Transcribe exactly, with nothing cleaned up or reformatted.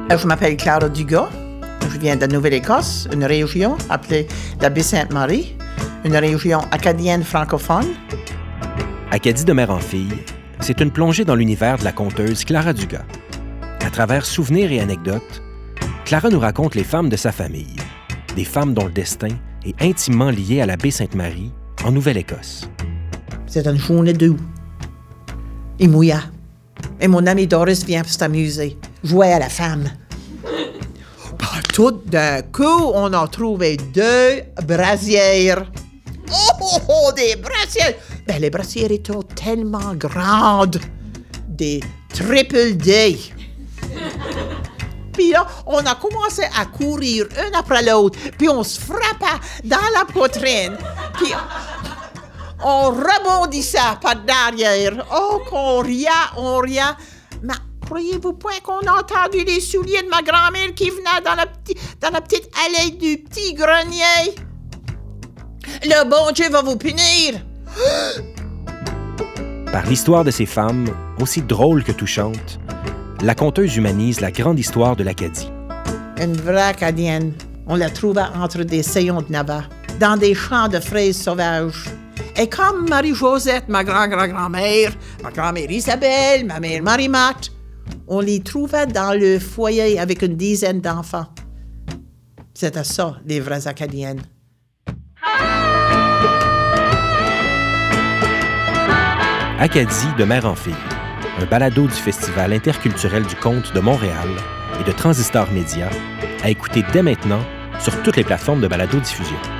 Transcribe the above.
Je m'appelle Clara Dugas. Je viens de la Nouvelle-Écosse, une région appelée la Baie-Sainte-Marie, une région acadienne francophone. Acadie de mère en fille, c'est une plongée dans l'univers de la conteuse Clara Dugas. À travers souvenirs et anecdotes, Clara nous raconte les femmes de sa famille, des femmes dont le destin est intimement lié à la Baie-Sainte-Marie, en Nouvelle-Écosse. C'est une journée d'août. Il mouilla. Et mon ami Doris vient pour s'amuser, jouer à la femme. Par tout d'un coup, on a trouvé deux brassières. Oh, oh, oh, des brassières! Ben, les brassières étaient tellement grandes. Des triple D. Puis là, on a commencé à courir un après l'autre, puis on se frappa dans la poitrine, puis on rebondissait par derrière. Oh, qu'on riait, on riait. Mais croyez-vous pas qu'on a entendu les souliers de ma grand-mère qui venaient dans la, petit, dans la petite allée du petit grenier? Le bon Dieu va vous punir! Par l'histoire de ces femmes, aussi drôle que touchante, la conteuse humanise la grande histoire de l'Acadie. Une vraie Acadienne. On la trouvait entre des sillons de Nava, dans des champs de fraises sauvages. Et comme Marie-Josette, ma grand-grand-grand-mère, ma grand-mère Isabelle, ma mère Marie-Marthe, on les trouvait dans le foyer avec une dizaine d'enfants. C'était ça, les vraies Acadiennes. Acadie de mère en fille, un balado du Festival interculturel du conte de Montréal et de Transistor Média, à écouter dès maintenant sur toutes les plateformes de balado-diffusion.